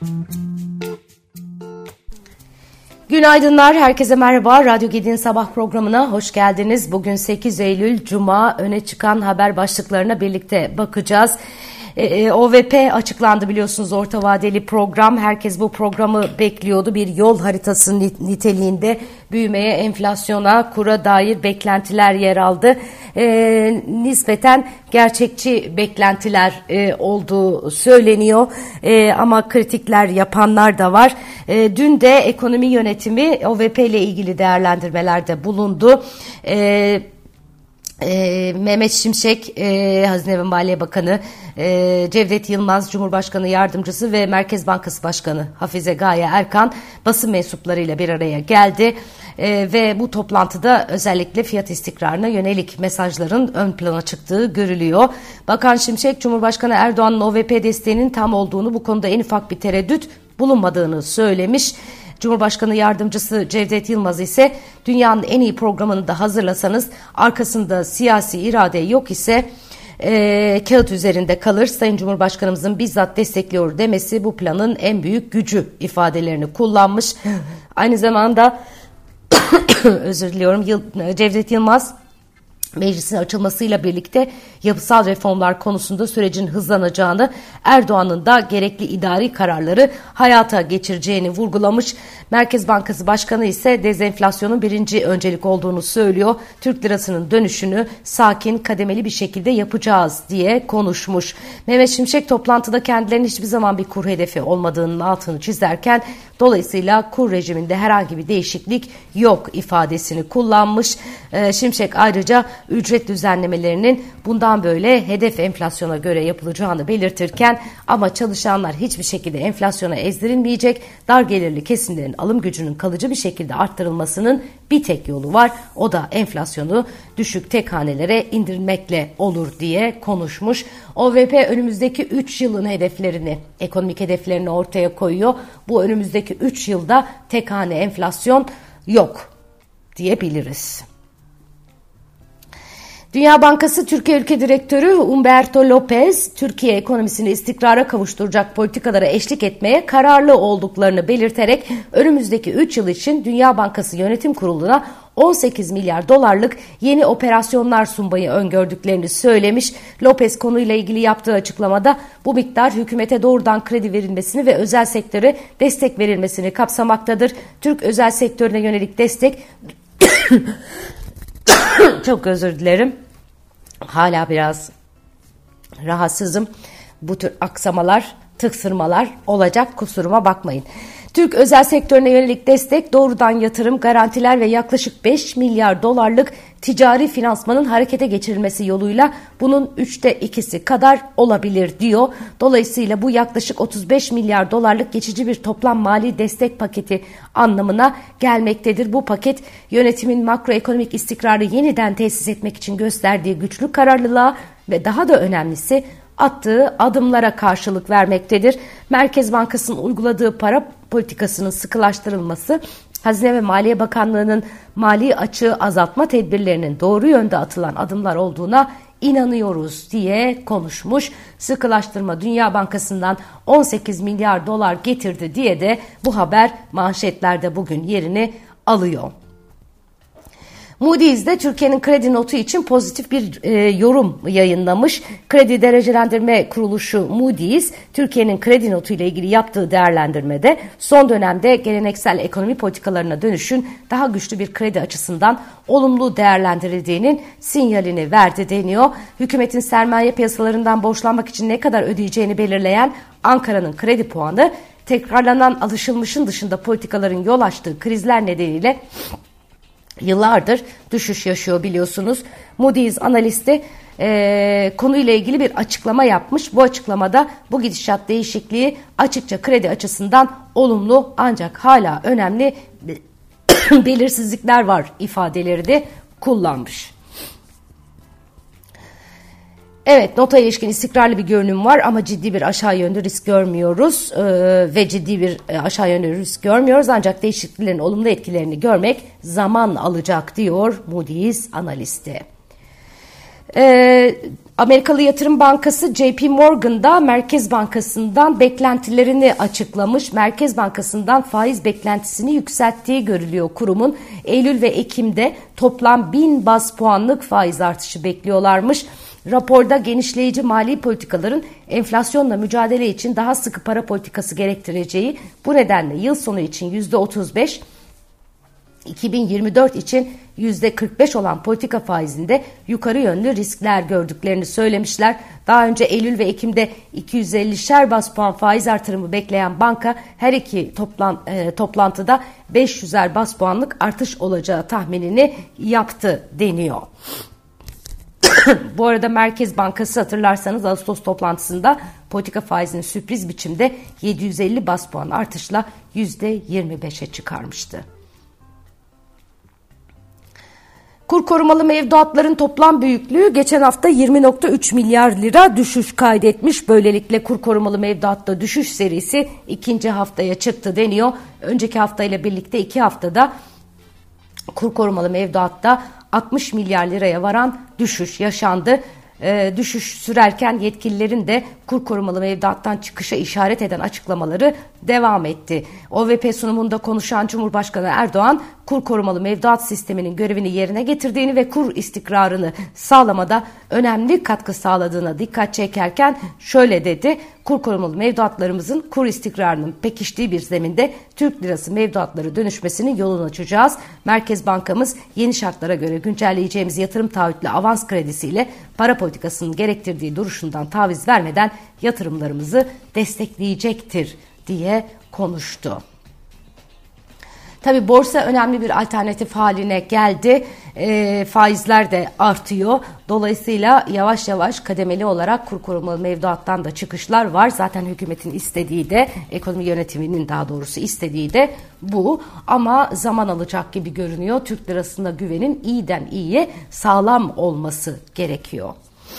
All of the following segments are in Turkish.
Günaydınlar, herkese merhaba. Radyo Gedi'nin sabah programına hoş geldiniz. Bugün 8 Eylül Cuma, öne çıkan haber başlıklarına birlikte bakacağız. OVP açıklandı biliyorsunuz, orta vadeli program. Herkes bu programı bekliyordu. Bir yol haritası niteliğinde büyümeye, enflasyona, kura dair beklentiler yer aldı. Nispeten gerçekçi beklentiler olduğu söyleniyor. Ama kritikler yapanlar da var. Dün de ekonomi yönetimi OVP ile ilgili değerlendirmelerde bulundu. Mehmet Şimşek, Hazine ve Maliye Bakanı, Cevdet Yılmaz, Cumhurbaşkanı Yardımcısı ve Merkez Bankası Başkanı Hafize Gaye Erkan basın mensuplarıyla bir araya geldi. Ve bu toplantıda özellikle fiyat istikrarına yönelik mesajların ön plana çıktığı görülüyor. Bakan Şimşek, Cumhurbaşkanı Erdoğan'ın OVP desteğinin tam olduğunu, bu konuda en ufak bir tereddüt bulunmadığını söylemiş. Cumhurbaşkanı Yardımcısı Cevdet Yılmaz ise dünyanın en iyi programını da hazırlasanız arkasında siyasi irade yok ise kağıt üzerinde kalır. Sayın Cumhurbaşkanımızın bizzat destekliyor demesi bu planın en büyük gücü ifadelerini kullanmış. Aynı zamanda özür diliyorum, Cevdet Yılmaz meclisin açılmasıyla birlikte yapısal reformlar konusunda sürecin hızlanacağını, Erdoğan'ın da gerekli idari kararları hayata geçireceğini vurgulamış. Merkez Bankası Başkanı ise dezenflasyonun birinci öncelik olduğunu söylüyor. Türk lirasının dönüşünü sakin, kademeli bir şekilde yapacağız diye konuşmuş. Mehmet Şimşek toplantıda kendilerinin hiçbir zaman bir kur hedefi olmadığının altını çizerken, dolayısıyla kur rejiminde herhangi bir değişiklik yok ifadesini kullanmış. Şimşek ayrıca ücret düzenlemelerinin bundan böyle hedef enflasyona göre yapılacağını belirtirken, ama çalışanlar hiçbir şekilde enflasyona ezdirilmeyecek, dar gelirli kesimlerin alım gücünün kalıcı bir şekilde arttırılmasının bir tek yolu var. O da enflasyonu düşük tek hanelere indirmekle olur diye konuşmuş. OVP önümüzdeki 3 yılın hedeflerini, ekonomik hedeflerini ortaya koyuyor. Bu önümüzdeki 3 yılda tek hane enflasyon yok diyebiliriz. Dünya Bankası Türkiye Ülke Direktörü Humberto Lopez, Türkiye ekonomisini istikrara kavuşturacak politikalara eşlik etmeye kararlı olduklarını belirterek önümüzdeki 3 yıl için Dünya Bankası Yönetim Kurulu'na 18 milyar dolarlık yeni operasyonlar sunmayı öngördüklerini söylemiş. Lopez konuyla ilgili yaptığı açıklamada bu miktar hükümete doğrudan kredi verilmesini ve özel sektöre destek verilmesini kapsamaktadır. Türk özel sektörüne yönelik destek çok özür dilerim. Hala biraz rahatsızım. Bu tür aksamalar, tıksırmalar olacak, kusuruma bakmayın. Türk özel sektörüne yönelik destek, doğrudan yatırım, garantiler ve yaklaşık 5 milyar dolarlık ticari finansmanın harekete geçirilmesi yoluyla bunun 2/3 kadar olabilir diyor. Dolayısıyla bu yaklaşık 35 milyar dolarlık geçici bir toplam mali destek paketi anlamına gelmektedir. Bu paket yönetimin makroekonomik istikrarı yeniden tesis etmek için gösterdiği güçlü kararlılığa ve daha da önemlisi attığı adımlara karşılık vermektedir. Merkez Bankası'nın uyguladığı para politikasının sıkılaştırılması, Hazine ve Maliye Bakanlığı'nın mali açığı azaltma tedbirlerinin doğru yönde atılan adımlar olduğuna inanıyoruz diye konuşmuş. Sıkılaştırma Dünya Bankası'ndan 18 milyar dolar getirdi diye de bu haber manşetlerde bugün yerini alıyor. Moody's de Türkiye'nin kredi notu için pozitif bir yorum yayınlamış. Kredi Derecelendirme Kuruluşu Moody's, Türkiye'nin kredi notu ile ilgili yaptığı değerlendirmede son dönemde geleneksel ekonomi politikalarına dönüşün daha güçlü bir kredi açısından olumlu değerlendirildiğinin sinyalini verdi deniyor. Hükümetin sermaye piyasalarından borçlanmak için ne kadar ödeyeceğini belirleyen Ankara'nın kredi puanı, tekrarlanan alışılmışın dışında politikaların yol açtığı krizler nedeniyle yıllardır düşüş yaşıyor biliyorsunuz. Moody's analisti konuyla ilgili bir açıklama yapmış. Bu açıklamada bu gidişat değişikliği açıkça kredi açısından olumlu, ancak hala önemli belirsizlikler var ifadeleri de kullanmış. Evet, nota ilişkin istikrarlı bir görünüm var ama ciddi bir aşağı yönlü risk görmüyoruz ve ciddi bir aşağı yönlü risk görmüyoruz, ancak değişikliklerin olumlu etkilerini görmek zaman alacak diyor Moody's analisti. Amerikalı Yatırım Bankası JP Morgan'da Merkez Bankası'ndan beklentilerini açıklamış. Merkez Bankası'ndan faiz beklentisini yükselttiği görülüyor kurumun. Eylül ve Ekim'de toplam 1000 baz puanlık faiz artışı bekliyorlarmış. Raporda genişleyici mali politikaların enflasyonla mücadele için daha sıkı para politikası gerektireceği, bu nedenle yıl sonu için %35, 2024 için %45 olan politika faizinde yukarı yönlü riskler gördüklerini söylemişler. Daha önce Eylül ve Ekim'de 250'şer baz puan faiz artırımı bekleyen banka her iki toplantıda 500'er baz puanlık artış olacağı tahminini yaptı deniyor. Bu arada Merkez Bankası hatırlarsanız Ağustos toplantısında politika faizini sürpriz biçimde 750 baz puan artışla %25'e çıkarmıştı. Kur korumalı mevduatların toplam büyüklüğü geçen hafta 20.3 milyar lira düşüş kaydetmiş. Böylelikle kur korumalı mevduatta düşüş serisi ikinci haftaya çıktı deniyor. Önceki haftayla birlikte 2 haftada kur korumalı mevduatta 60 milyar liraya varan düşüş yaşandı. Düşüş sürerken yetkililerin de kur korumalı mevduattan çıkışa işaret eden açıklamaları devam etti. OVP sunumunda konuşan Cumhurbaşkanı Erdoğan, kur korumalı mevduat sisteminin görevini yerine getirdiğini ve kur istikrarını sağlamada önemli katkı sağladığına dikkat çekerken şöyle dedi: kur korumalı mevduatlarımızın kur istikrarının pekiştiği bir zeminde Türk lirası mevduatları dönüşmesinin yolunu açacağız. Merkez Bankamız yeni şartlara göre güncelleyeceğimiz yatırım taahhütlü avans kredisiyle para politikasının gerektirdiği duruşundan taviz vermeden yatırımlarımızı destekleyecektir diye konuştu. Tabii borsa önemli bir alternatif haline geldi. Faizler de artıyor. Dolayısıyla yavaş yavaş kademeli olarak kur korumalı mevduattan da çıkışlar var. Zaten hükümetin istediği de, ekonomi yönetiminin daha doğrusu istediği de bu. Ama zaman alacak gibi görünüyor. Türk lirasına güvenin iyiden iyiye sağlam olması gerekiyor.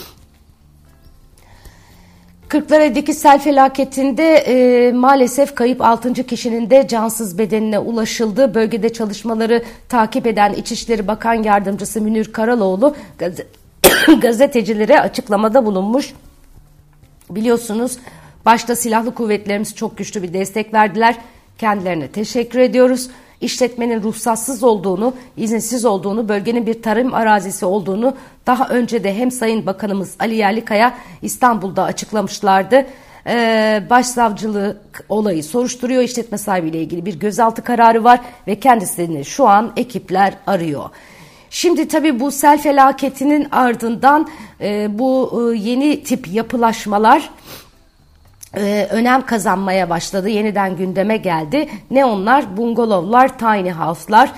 Kırklareli'deki sel felaketinde maalesef kayıp 6. kişinin de cansız bedenine ulaşıldı. Bölgede çalışmaları takip eden İçişleri Bakan Yardımcısı Münir Karaloğlu gazetecilere açıklamada bulunmuş. Biliyorsunuz başta silahlı kuvvetlerimiz çok güçlü bir destek verdiler. Kendilerine teşekkür ediyoruz. İşletmenin ruhsatsız olduğunu, izinsiz olduğunu, bölgenin bir tarım arazisi olduğunu daha önce de hem Sayın Bakanımız Ali Yerlikaya İstanbul'da açıklamışlardı. Başsavcılık olayı soruşturuyor. İşletme sahibiyle ilgili bir gözaltı kararı var ve kendisini şu an ekipler arıyor. Şimdi tabii bu sel felaketinin ardından bu yeni tip yapılaşmalar önem kazanmaya başladı. Yeniden gündeme geldi. Ne onlar? Bungalovlar, tiny house'lar.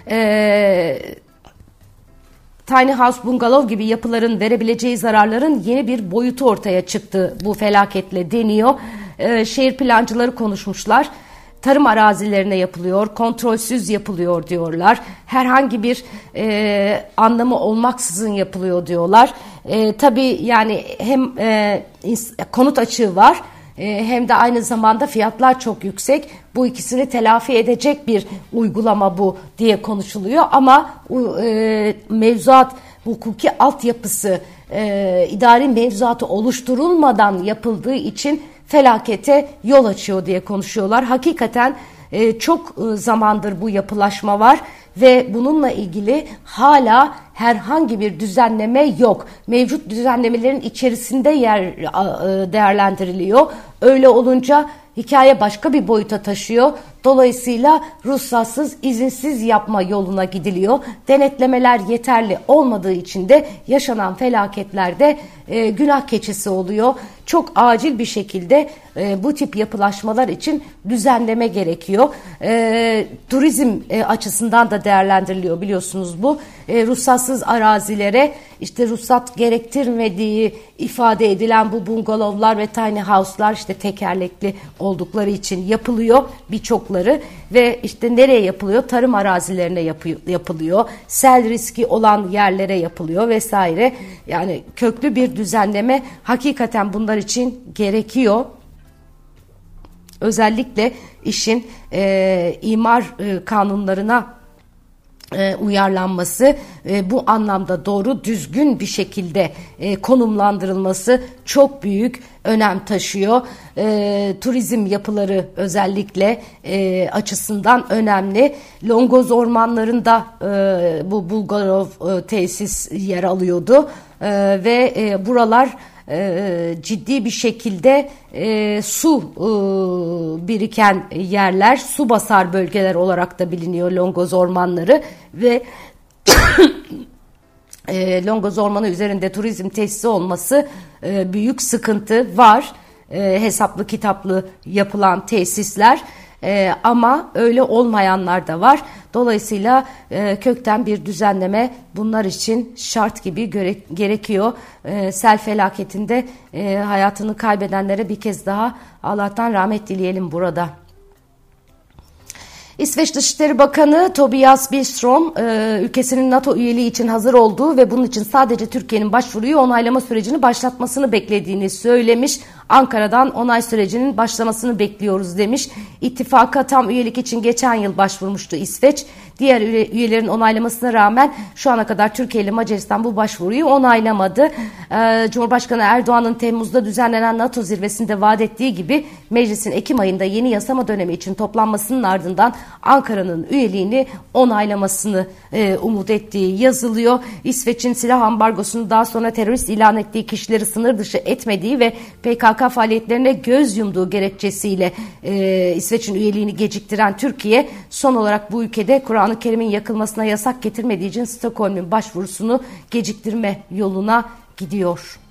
Tiny house, bungalov gibi yapıların verebileceği zararların yeni bir boyutu ortaya çıktı bu felaketle deniyor. Şehir plancıları konuşmuşlar. Tarım arazilerine yapılıyor, kontrolsüz yapılıyor diyorlar. Herhangi bir anlamı olmaksızın yapılıyor diyorlar. Tabii yani hem konut açığı var, hem de aynı zamanda fiyatlar çok yüksek. Bu ikisini telafi edecek bir uygulama bu diye konuşuluyor. Ama mevzuat, hukuki altyapısı, idari mevzuatı oluşturulmadan yapıldığı için felakete yol açıyor diye konuşuyorlar. Hakikaten çok zamandır bu yapılaşma var ve bununla ilgili hala herhangi bir düzenleme yok. Mevcut düzenlemelerin içerisinde yer değerlendiriliyor. Öyle olunca hikaye başka bir boyuta taşıyor. Dolayısıyla ruhsatsız, izinsiz yapma yoluna gidiliyor. Denetlemeler yeterli olmadığı için de yaşanan felaketlerde günah keçisi oluyor. Çok acil bir şekilde bu tip yapılaşmalar için düzenleme gerekiyor. Turizm açısından da değerlendiriliyor biliyorsunuz bu. Ruhsatsız arazilere işte ruhsat gerektirmediği ifade edilen bu bungalovlar ve tiny house'lar işte tekerlekli oldukları için yapılıyor birçokları ve işte nereye yapılıyor? Tarım arazilerine yapılıyor. Sel riski olan yerlere yapılıyor vesaire. Yani köklü bir düzenleme hakikaten bunlar için gerekiyor. Özellikle işin imar kanunlarına uyarlanması, bu anlamda doğru düzgün bir şekilde konumlandırılması çok büyük önem taşıyor. Turizm yapıları özellikle açısından önemli. Longoz ormanlarında bu Bulgarov tesis yer alıyordu ve buralar ciddi bir şekilde su biriken yerler, su basar bölgeler olarak da biliniyor Longoz ormanları ve Longoz ormanı üzerinde turizm tesisi olması büyük sıkıntı var. Hesaplı kitaplı yapılan tesisler. Ama öyle olmayanlar da var. Dolayısıyla kökten bir düzenleme bunlar için şart gibi gerekiyor. Sel felaketinde hayatını kaybedenlere bir kez daha Allah'tan rahmet dileyelim burada. İsveç Dışişleri Bakanı Tobias Billström ülkesinin NATO üyeliği için hazır olduğu ve bunun için sadece Türkiye'nin başvuruyu onaylama sürecini başlatmasını beklediğini söylemiş. Ankara'dan onay sürecinin başlamasını bekliyoruz demiş. İttifaka tam üyelik için geçen yıl başvurmuştu İsveç. Diğer üyelerin onaylamasına rağmen şu ana kadar Türkiye ile Macaristan bu başvuruyu onaylamadı. Cumhurbaşkanı Erdoğan'ın Temmuz'da düzenlenen NATO zirvesinde vaat ettiği gibi meclisin Ekim ayında yeni yasama dönemi için toplanmasının ardından Ankara'nın üyeliğini onaylamasını umut ettiği yazılıyor. İsveç'in silah ambargosunu daha sonra terörist ilan ettiği kişileri sınır dışı etmediği ve PKK faaliyetlerine göz yumduğu gerekçesiyle İsveç'in üyeliğini geciktiren Türkiye son olarak bu ülkede Kur'an-ı Kerim'in yakılmasına yasak getirmediği için Stockholm'un başvurusunu geciktirme yoluna gidiyor.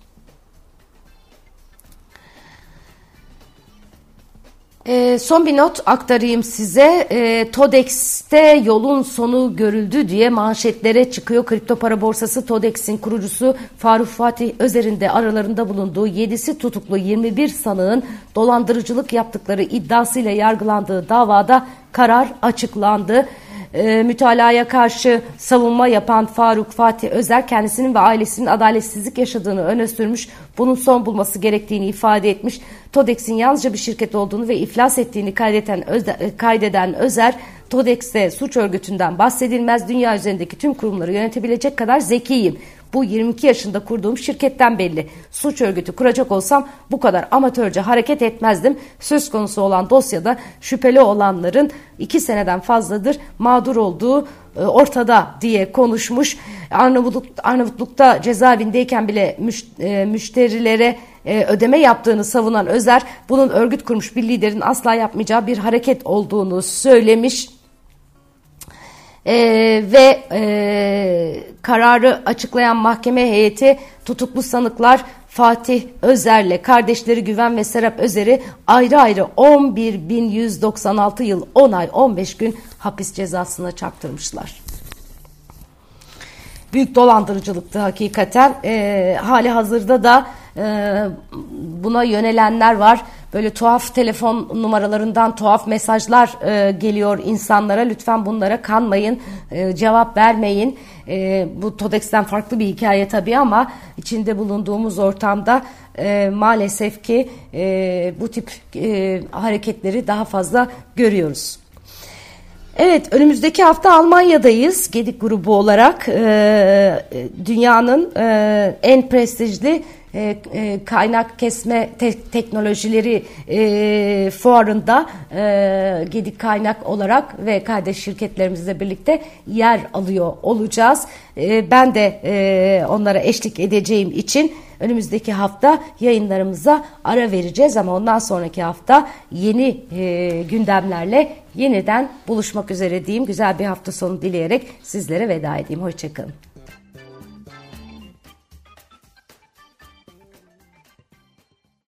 Son bir not aktarayım size. TODEX'te yolun sonu görüldü diye manşetlere çıkıyor. Kripto para borsası TODEX'in kurucusu Faruk Fatih Özer'in de aralarında bulunduğu 7'si tutuklu 21 sanığın dolandırıcılık yaptıkları iddiasıyla yargılandığı davada karar açıklandı. Mütalaya karşı savunma yapan Faruk Fatih Özer kendisinin ve ailesinin adaletsizlik yaşadığını öne sürmüş, bunun son bulması gerektiğini ifade etmiş. TODEX'in yalnızca bir şirket olduğunu ve iflas ettiğini kaydeden Özer, TODEX'te suç örgütünden bahsedilmez, dünya üzerindeki tüm kurumları yönetebilecek kadar zekiyim. Bu 22 yaşında kurduğum şirketten belli. Suç örgütü kuracak olsam bu kadar amatörce hareket etmezdim. Söz konusu olan dosyada şüpheli olanların 2 seneden fazladır mağdur olduğu ortada diye konuşmuş. Arnavutluk'ta cezaevindeyken bile müşterilere ödeme yaptığını savunan Özer, bunun örgüt kurmuş bir liderin asla yapmayacağı bir hareket olduğunu söylemiş. Kararı açıklayan mahkeme heyeti tutuklu sanıklar Fatih Özer'le kardeşleri Güven ve Serap Özer'i ayrı ayrı 11.196 yıl 10 ay 15 gün hapis cezasına çarptırmışlar. Büyük dolandırıcılıktı hakikaten. Hali hazırda da buna yönelenler var. Böyle tuhaf telefon numaralarından tuhaf mesajlar geliyor insanlara. Lütfen bunlara kanmayın, cevap vermeyin. Bu TODEX'ten farklı bir hikaye tabii ama içinde bulunduğumuz ortamda maalesef ki bu tip hareketleri daha fazla görüyoruz. Evet, önümüzdeki hafta Almanya'dayız Gedik grubu olarak. Dünyanın en prestijli kaynak kesme teknolojileri fuarında Gedik Kaynak olarak ve kardeş şirketlerimizle birlikte yer alıyor olacağız. Ben de onlara eşlik edeceğim için önümüzdeki hafta yayınlarımıza ara vereceğiz ama ondan sonraki hafta yeni gündemlerle yeniden buluşmak üzere diyeyim. Güzel bir hafta sonu dileyerek sizlere veda edeyim. Hoşça kalın.